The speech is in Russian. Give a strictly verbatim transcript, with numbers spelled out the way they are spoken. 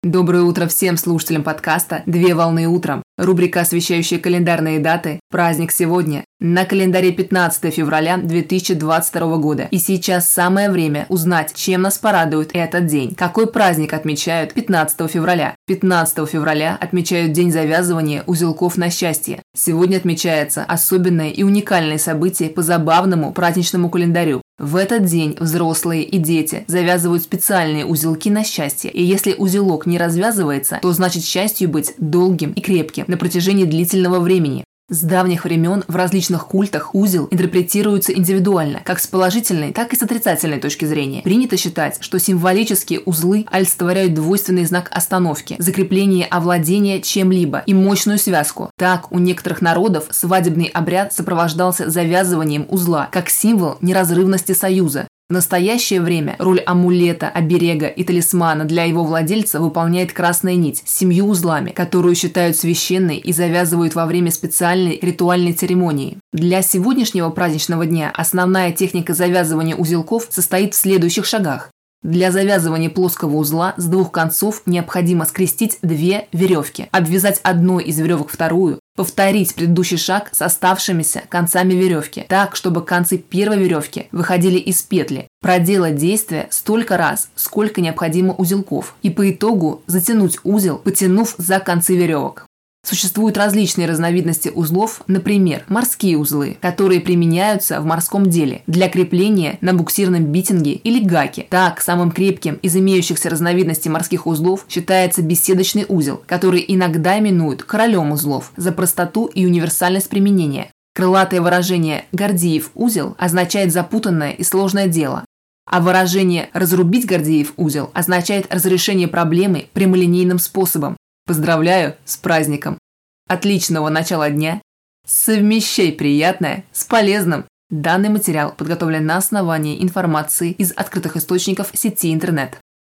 Доброе утро всем слушателям подкаста «Две волны утром». Рубрика, освещающая календарные даты. Праздник сегодня. На календаре пятнадцатое февраля две тысячи двадцать второго года. И сейчас самое время узнать, чем нас порадует этот день. Какой праздник отмечают пятнадцатого февраля? пятнадцатого февраля отмечают День завязывания узелков на счастье. Сегодня отмечается особенное и уникальное событие по забавному праздничному календарю. В этот день взрослые и дети завязывают специальные узелки на счастье. И если узелок не развязывается, то значит счастью быть долгим и крепким на протяжении длительного времени. С давних времен в различных культах узел интерпретируется индивидуально, как с положительной, так и с отрицательной точки зрения. Принято считать, что символические узлы олицетворяют двойственный знак остановки, закрепление овладения чем-либо и мощную связку. Так, у некоторых народов свадебный обряд сопровождался завязыванием узла, как символ неразрывности союза. В настоящее время роль амулета, оберега и талисмана для его владельца выполняет красная нить с семью узлами, которую считают священной и завязывают во время специальной ритуальной церемонии. Для сегодняшнего праздничного дня основная техника завязывания узелков состоит в следующих шагах. Для завязывания плоского узла с двух концов необходимо скрестить две веревки, обвязать одной из веревок вторую, повторить предыдущий шаг с оставшимися концами веревки, так, чтобы концы первой веревки выходили из петли. Проделать действие столько раз, сколько необходимо узелков, и по итогу затянуть узел, потянув за концы веревок. Существуют различные разновидности узлов, например, морские узлы, которые применяются в морском деле для крепления на буксирном битинге или гаке. Так, самым крепким из имеющихся разновидностей морских узлов считается беседочный узел, который иногда именуют королем узлов за простоту и универсальность применения. Крылатое выражение «Гордиев узел» означает запутанное и сложное дело, а выражение «разрубить Гордиев узел» означает разрешение проблемы прямолинейным способом. Поздравляю с праздником! Отличного начала дня! Совмещай приятное с полезным! Данный материал подготовлен на основании информации из открытых источников сети интернет.